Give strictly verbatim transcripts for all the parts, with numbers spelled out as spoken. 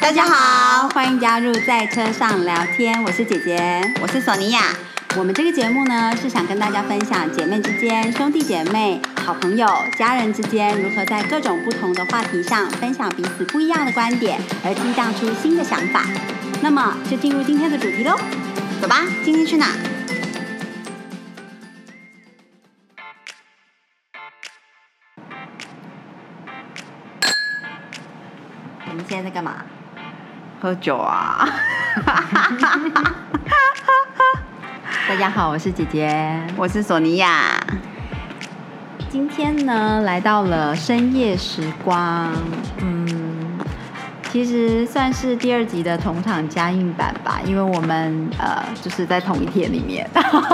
大家好，欢迎加入在车上聊天，我是姐姐， 我是索尼娅。 我们这个节目呢，是想跟大家分享姐妹之间、兄弟姐妹、好朋友、家人之间如何在各种不同的话题上分享彼此不一样的观点，而激荡出新的想法。那么就进入今天的主题咯， 走吧，今天去哪？ 你们现在在干嘛？ 喝酒啊！ 大家好，我是姐姐， 我是索尼娅。 今天呢，来到了深夜时光，嗯，其实算是第二集的同场加映版吧，因为我们呃就是在同一天里面，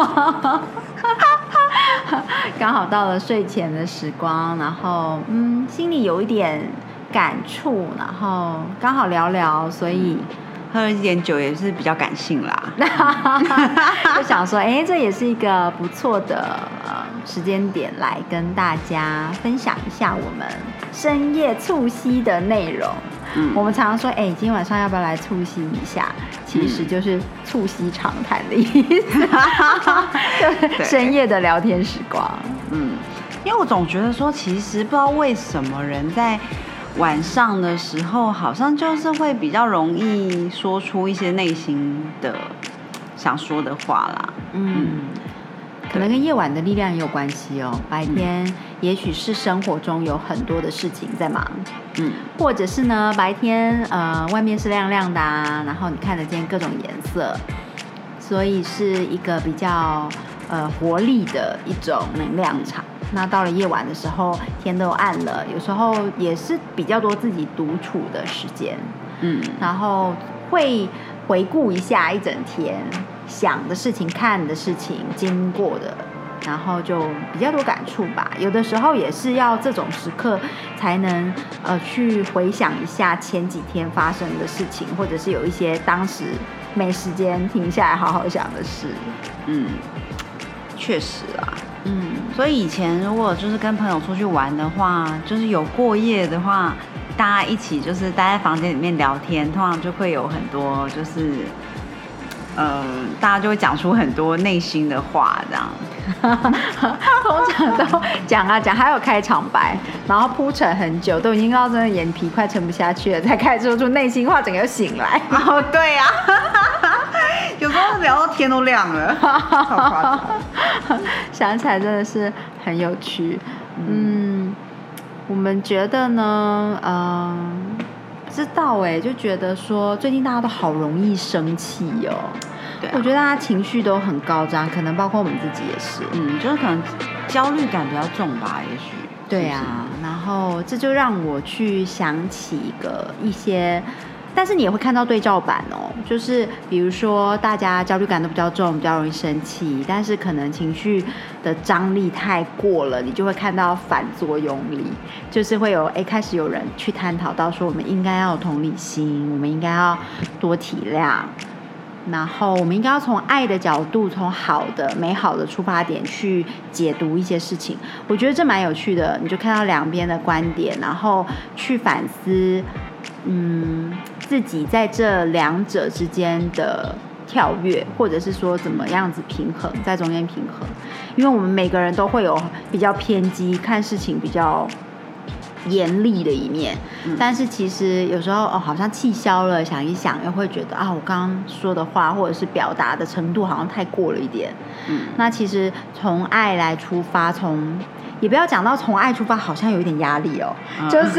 刚好到了睡前的时光，然后嗯，心里有一点感触，然后刚好聊聊，所以。 喝了一点酒也是比较感性啦， 就想说，哎，这也是一个不错的呃时间点，来跟大家分享一下我们深夜促膝的内容。嗯，我们常常说，哎，今天晚上要不要来促膝一下？其实就是促膝长谈的意思，就是深夜的聊天时光。 嗯，因为我总觉得说，其实不知道为什么人在晚上的时候好像就是会比较容易说出一些内心的想说的话啦。 嗯，可能跟夜晚的力量也有关系哦。白天也许是生活中有很多的事情在忙，嗯，或者是呢白天呃外面是亮亮的啊，然后你看得见各种颜色，所以是一个比较呃活力的一种能量场。那到了夜晚的时候，天都暗了，有时候也是比较多自己独处的时间，嗯，然后会回顾一下一整天想的事情、看的事情、经过的，然后就比较多感触吧。有的时候也是要这种时刻才能呃去回想一下前几天发生的事情，或者是有一些当时没时间停下来好好想的事。 嗯，确实啊。嗯，所以以前如果就是跟朋友出去玩的话，就是有过夜的话，大家一起就是待在房间里面聊天，通常就会有很多就是，呃，大家就会讲出很多内心的话，这样。 通常都讲啊讲，还有开场白，然后铺陳很久，都已经到真的眼皮快撑不下去了，才开始说出内心话，整个又醒来。 哦，对呀、啊，有时候聊到天都亮了，超夸张。 想起来真的是很有趣。嗯，我们觉得呢，嗯、呃，不知道哎，就觉得说最近大家都好容易生气哦。对、啊，我觉得大家情绪都很高涨，可能包括我们自己也是。 嗯，就是可能焦虑感比较重吧，也许。 对啊，然后这就让我去想起一个一些。但是你也会看到对照版哦，就是比如说大家焦虑感都比较重，比较容易生气，但是可能情绪的张力太过了，你就会看到反作用力，就是会有哎开始有人去探讨到说我们应该要有同理心，我们应该要多体谅，然后我们应该要从爱的角度，从好的美好的出发点去解读一些事情。我觉得这蛮有趣的，你就看到两边的观点，然后去反思嗯，自己在这两者之间的跳跃，或者是说怎么样子平衡，在中间平衡。因为我们每个人都会有比较偏激，看事情比较严厉的一面、嗯、但是其实有时候哦，好像气消了，想一想又会觉得啊，我刚刚说的话或者是表达的程度好像太过了一点。嗯，那其实从爱来出发，从也不要讲到从爱出发，好像有一点压力哦，嗯、就是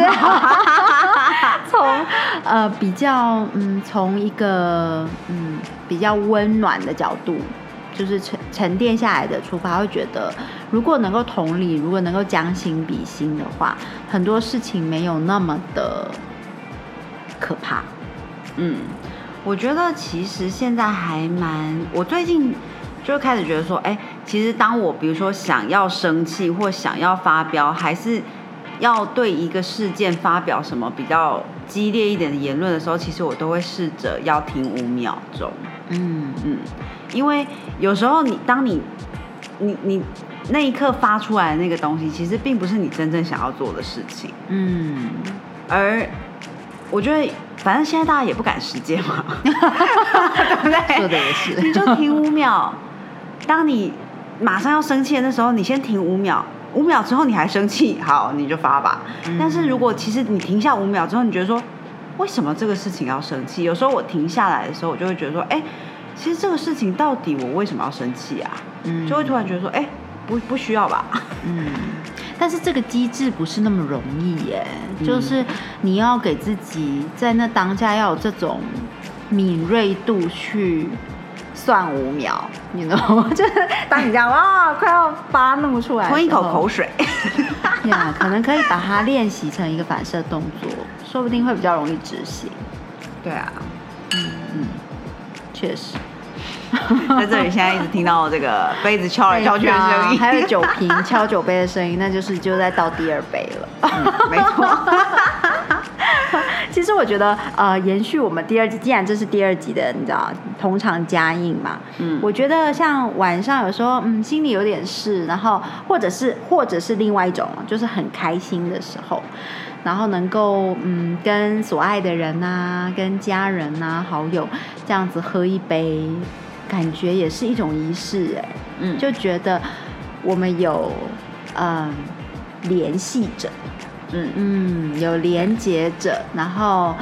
从呃比较嗯从一个嗯比较温暖的角度，就是沉沉淀下来的出发，会觉得如果能够同理，如果能够将心比心的话，很多事情没有那么的可怕。 嗯，我觉得其实现在还蛮，我最近就开始觉得说，哎，其实当我比如说想要生气或想要发飙，还是要对一个事件发表什么比较激烈一点的言论的时候，其实我都会试着要停五秒钟。嗯嗯，因为有时候你当你你你那一刻发出来的那个东西，其实并不是你真正想要做的事情。嗯，而我觉得反正现在大家也不赶时间嘛，对不对？ 说的也是， 你就停五秒。当你马上要生气的那时候，你先停五秒，五秒之后你还生气，好，你就发吧。嗯、但是如果其实你停下五秒之后，你觉得说，为什么这个事情要生气？有时候我停下来的时候，我就会觉得说，哎，其实这个事情到底我为什么要生气啊？嗯，就会突然觉得说，哎，不不需要吧？ 嗯，但是这个机制不是那么容易耶，嗯、就是你要给自己在那当下要有这种敏锐度去算五秒，你知道吗？就是当你这样哇，快要发怒出来， 吞一口口水， 呀，可能可以把它练习成一个反射动作，说不定会比较容易执行。 对啊， 嗯嗯，确实。 在这里现在一直听到这个杯子敲来敲去的声音， 还有酒瓶敲酒杯的声音，那就是就在倒第二杯了。 嗯、没错。 其实我觉得，呃，延续我们第二集，既然这是第二集的，你知道同场加映嘛，嗯，我觉得像晚上有时候，嗯，心里有点事，然后或者是或者是另外一种，就是很开心的时候，然后能够嗯跟所爱的人啊、跟家人啊、好友这样子喝一杯，感觉也是一种仪式，哎，嗯，就觉得我们有嗯、呃、联系着。嗯嗯，有连结着，然后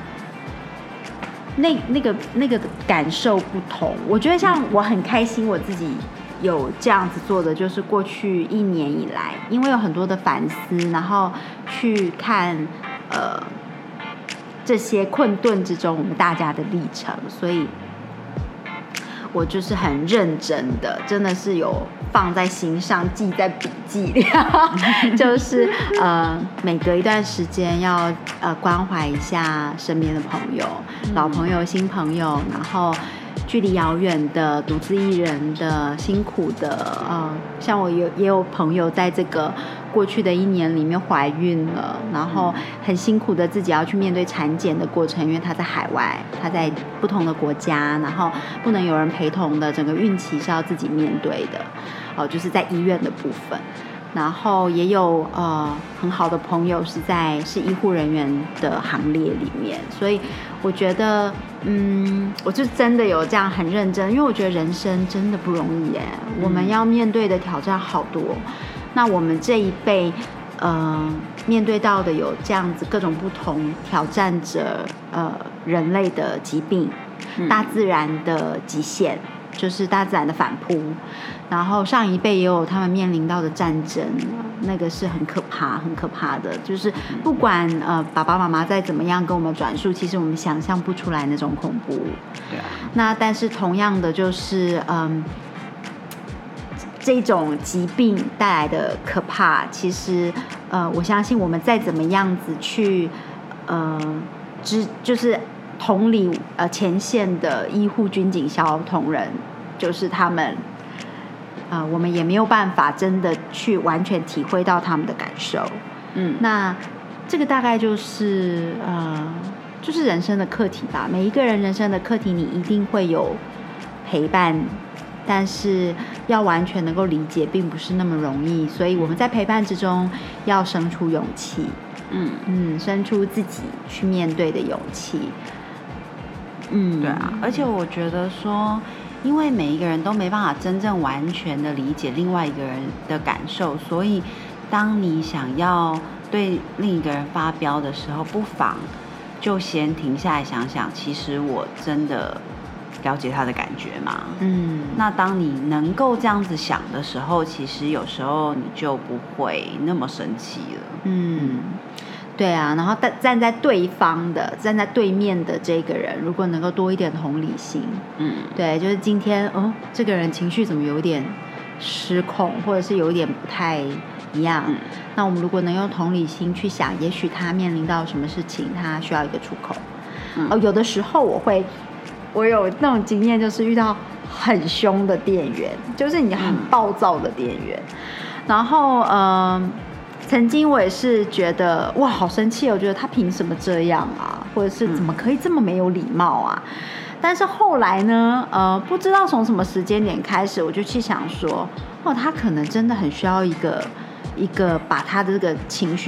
那那个那个感受不同。我觉得像我很开心，我自己有这样子做的，就是过去一年以来，因为有很多的反思，然后去看呃这些困顿之中我们大家的历程，所以我就是很认真的，真的是有放在心上，记在笔记里，就是呃每隔一段时间要呃关怀一下身边的朋友，嗯、老朋友、新朋友，然后距离遥远的、独自一人的、辛苦的，呃，像我有也有朋友在这个过去的一年里面怀孕了，然后很辛苦的自己要去面对产检的过程，因为他在海外，他在不同的国家，然后不能有人陪同的，整个孕期是要自己面对的，哦、呃，就是在医院的部分。然后也有呃很好的朋友是在是医护人员的行列里面，所以我觉得嗯，我就真的有这样很认真，因为我觉得人生真的不容易耶，嗯、我们要面对的挑战好多。那我们这一辈呃面对到的有这样子各种不同挑战着呃人类的疾病、嗯、大自然的极限，就是大自然的反扑，然后上一辈也有他们面临到的战争，那个是很可怕很可怕的，就是不管呃爸爸妈妈再怎么样跟我们转述，其实我们想象不出来那种恐怖。 对啊。 那但是同样的就是嗯这种疾病带来的可怕，其实呃我相信我们再怎么样子去呃知就是同理呃前线的医护军警消同仁，就是他们呃我们也没有办法真的去完全体会到他们的感受。嗯，那这个大概就是呃就是人生的课题吧，每一个人人生的课题你一定会有陪伴，但是要完全能够理解并不是那么容易，所以我们在陪伴之中要生出勇气，嗯嗯，生出自己去面对的勇气。嗯， 对啊，而且我觉得说，因为每一个人都没办法真正完全的理解另外一个人的感受，所以当你想要对另一个人发飙的时候，不妨就先停下来想想，其实我真的了解他的感觉吗？嗯，那当你能够这样子想的时候，其实有时候你就不会那么生气了。嗯， 对啊，然后站在对方的、站在对面的这个人，如果能够多一点同理心，嗯，对，就是今天哦，这个人情绪怎么有点失控，或者是有一点不太一样，嗯，那我们如果能用同理心去想，也许他面临到什么事情，他需要一个出口。嗯，哦，有的时候我会。我有那种经验，就是遇到很凶的店员，就是你很暴躁的店员，嗯、然后呃，曾经我也是觉得哇，好生气，我觉得他凭什么这样啊，或者是怎么可以这么没有礼貌啊？嗯、但是后来呢，呃，不知道从什么时间点开始，我就去想说，哦，他可能真的很需要一个一个把他的这个情绪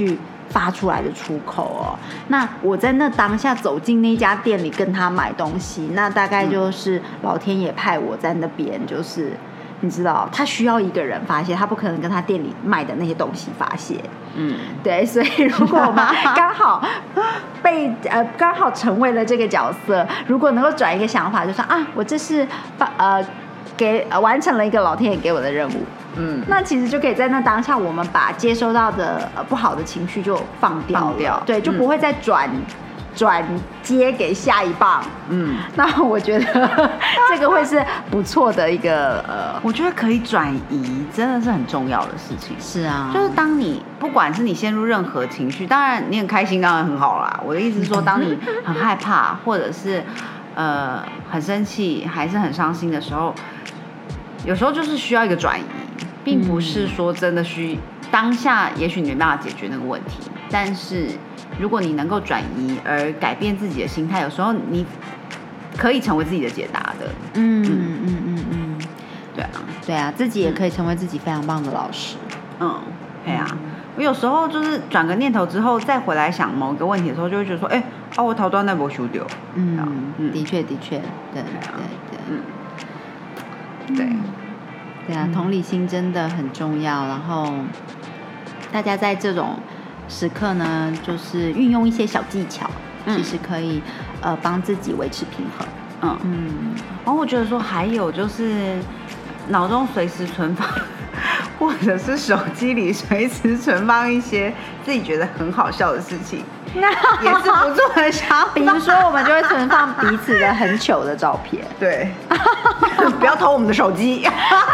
发出来的出口哦。那我在那当下走进那家店里跟他买东西，那大概就是老天爷派我在那边，就是你知道他需要一个人发泄，他不可能跟他店里卖的那些东西发泄。嗯，对，所以如果我们刚好被呃刚好成为了这个角色，如果能够转一个想法，就说啊，我这是呃给、呃、完成了一个老天爷给我的任务。嗯，那其实就可以在那当下，我们把接收到的、呃、不好的情绪就放掉了， 放掉对，就不会再转、嗯、转接给下一棒。嗯，那我觉得这个会是不错的一个呃， 我觉得可以转移，真的是很重要的事情。 是啊， 就是当你不管是你陷入任何情绪，当然你很开心，当然很好啦。我的意思是说，当你很害怕，或者是呃很生气，还是很伤心的时候，有时候就是需要一个转移。并不是说真的需当下，也许你没办法解决那个问题，但是如果你能够转移而改变自己的心态，有时候你可以成为自己的解答的。 嗯嗯嗯嗯嗯， 对啊， 对啊，自己也可以成为自己非常棒的老师。 嗯，对啊，我有时候就是转个念头之后，再回来想某一个问题的时候，就会觉得说，哎、欸，啊，我逃断那波修掉。 嗯嗯，的确的确，对对对， 嗯，对。 对啊，同理心真的很重要。然后大家在这种时刻呢，就是运用一些小技巧，嗯、其实可以呃帮自己维持平衡。嗯嗯。 然后我觉得说还有就是脑中随时存放，或者是手机里随时存放一些自己觉得很好笑的事情，那也是不错的想法。 比如说，我们就会存放彼此的很糗的照片。 对，不要偷我们的手机。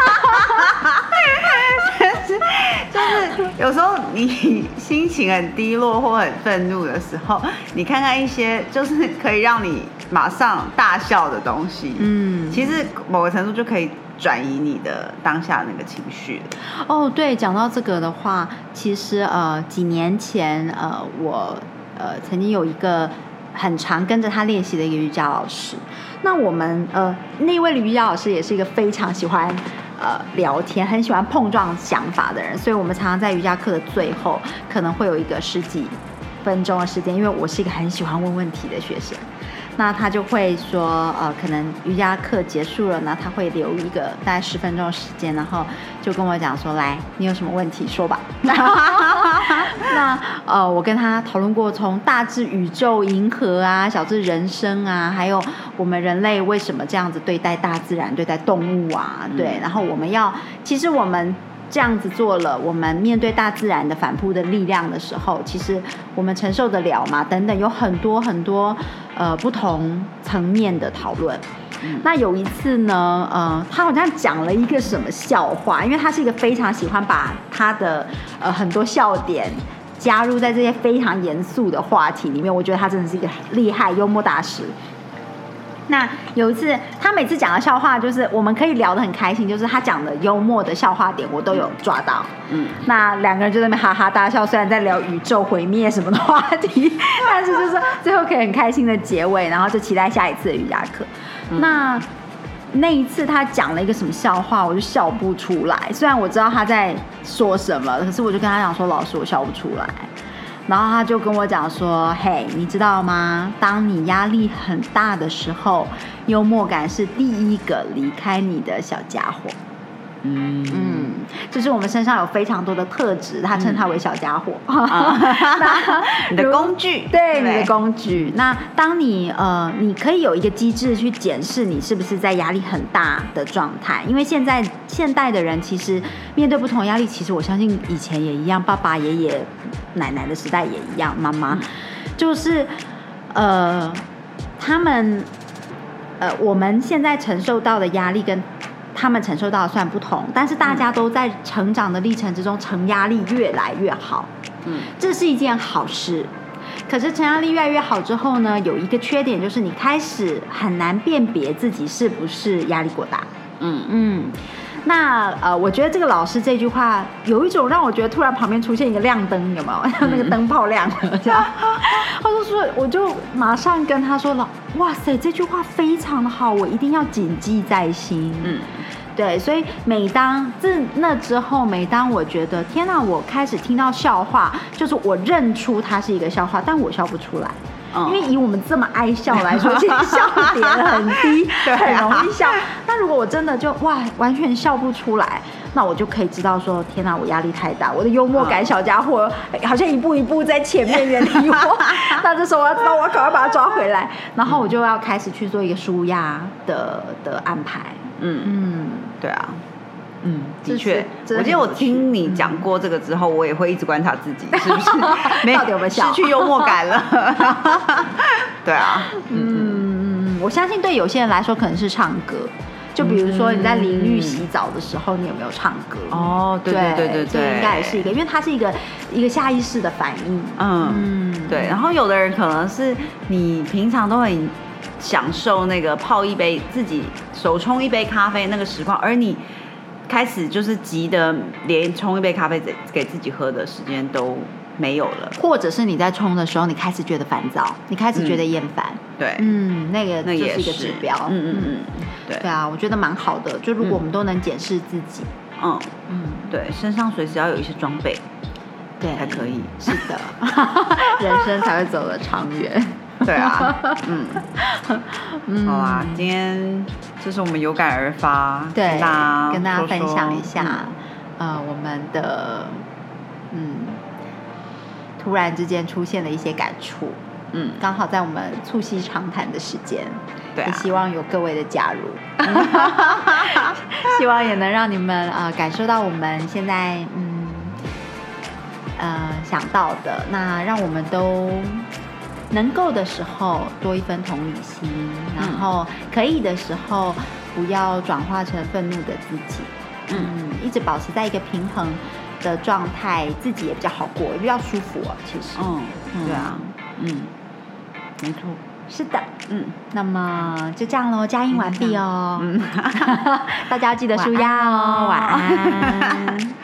但是就是有时候你心情很低落或很愤怒的时候，你看看一些就是可以让你马上大笑的东西，嗯，其实某个程度就可以转移你的当下那个情绪。 哦，对，讲到这个的话，其实呃几年前呃我呃曾经有一个很常跟着他练习的一个瑜伽老师。那我们呃那位瑜伽老师也是一个非常喜欢呃聊天，很喜欢碰撞想法的人，所以我们常常在瑜伽课的最后可能会有一个十几分钟的时间，因为我是一个很喜欢问问题的学生。那他就会说，呃，可能瑜伽课结束了呢，他会留一个大概十分钟的时间，然后就跟我讲说，来，你有什么问题说吧。那呃，我跟他讨论过，从大至宇宙、银河啊，小至人生啊，还有我们人类为什么这样子对待大自然、对待动物啊，对，然后我们要，其实我们这样子做了，我们面对大自然的反扑的力量的时候，其实我们承受得了吗？等等，有很多很多呃不同层面的讨论。嗯、那有一次呢，呃，他好像讲了一个什么笑话，因为他是一个非常喜欢把他的呃很多笑点加入在这些非常严肃的话题里面，我觉得他真的是一个厉害幽默大师。那有一次，他每次讲的笑话，就是我们可以聊得很开心，就是他讲的幽默的笑话点，我都有抓到。嗯，那两个人就在那边哈哈大笑，虽然在聊宇宙毁灭什么的话题，但是就是最后可以很开心的结尾，然后就期待下一次的瑜伽课。嗯、那那一次他讲了一个什么笑话，我就笑不出来。虽然我知道他在说什么，可是我就跟他讲说，老师，我笑不出来。然后他就跟我讲说，嘿，你知道吗？当你压力很大的时候，幽默感是第一个离开你的小家伙。嗯嗯，就是我们身上有非常多的特质，他称它为小家伙。嗯、 你的工具， 对，你的工具。那当你呃，你可以有一个机制去检视你是不是在压力很大的状态，因为现在现代的人其实面对不同压力，其实我相信以前也一样，爸爸、爷爷、奶奶的时代也一样，妈妈、嗯、就是呃，他们呃，我们现在承受到的压力跟他们承受到的虽然不同，但是大家都在成长的历程之中，承压力越来越好，嗯，这是一件好事。可是承压力越来越好之后呢，有一个缺点就是你开始很难辨别自己是不是压力过大，嗯嗯。那呃，我觉得这个老师这句话有一种让我觉得突然旁边出现一个亮灯，有没有？嗯、那个灯泡亮了，这样。他就说，我就马上跟他说了，哇塞，这句话非常的好，我一定要谨记在心。嗯， 对，所以每当自那之后，每当我觉得天哪，我开始听到笑话，就是我认出它是一个笑话，但我笑不出来。因为以我们这么爱笑来说，其实笑点很低，很容易笑。那如果我真的就哇完全笑不出来，那我就可以知道说，天哪，我压力太大，我的幽默感小家伙好像一步一步在前面远离我。那这时候我要知道，我要赶快把它抓回来，然后我就要开始去做一个舒压的的安排。 嗯嗯，对啊。嗯，的确， 我记得我听你讲过这个之后，我也会一直观察自己是不是没到底有没有笑， 失去幽默感了。对啊， 嗯，我相信对有些人来说可能是唱歌，就比如说你在淋浴洗澡的时候，你有没有唱歌？ 哦，对对对对对， 这应该也是一个，因为它是一个一个下意识的反应。 嗯嗯，对。然后有的人可能是你平常都很享受那个泡一杯自己手冲一杯咖啡那个时光，而你开始就是急的，连冲一杯咖啡给自己喝的时间都没有了， 或者是你在冲的时候，你开始觉得烦躁，你开始觉得厌烦， 嗯、对， 嗯，那个就是一个指标， 嗯嗯嗯，对， 对啊，我觉得蛮好的，就如果我们都能检视自己， 嗯嗯，对，身上随时要有一些装备， 对， 才可以， 是的，人生才会走得长远。 对啊，嗯，嗯，好啊，今天就是我们有感而发， 对， 跟大家跟大家分享一下， 嗯、 呃，我们的嗯，突然之间出现了一些感触，嗯，刚好在我们促膝长谈的时间， 对、啊， 也希望有各位的加入，希望也能让你们呃感受到我们现在嗯呃想到的，那让我们都能够的时候多一分同理心，然后可以的时候不要转化成愤怒的自己，嗯，一直保持在一个平衡的状态，自己也比较好过，也比较舒服哦。其实， 嗯，对啊，嗯，没错， 是的，嗯，那么就这样咯，加音完毕哦，嗯，大家要记得舒压哦，晚安。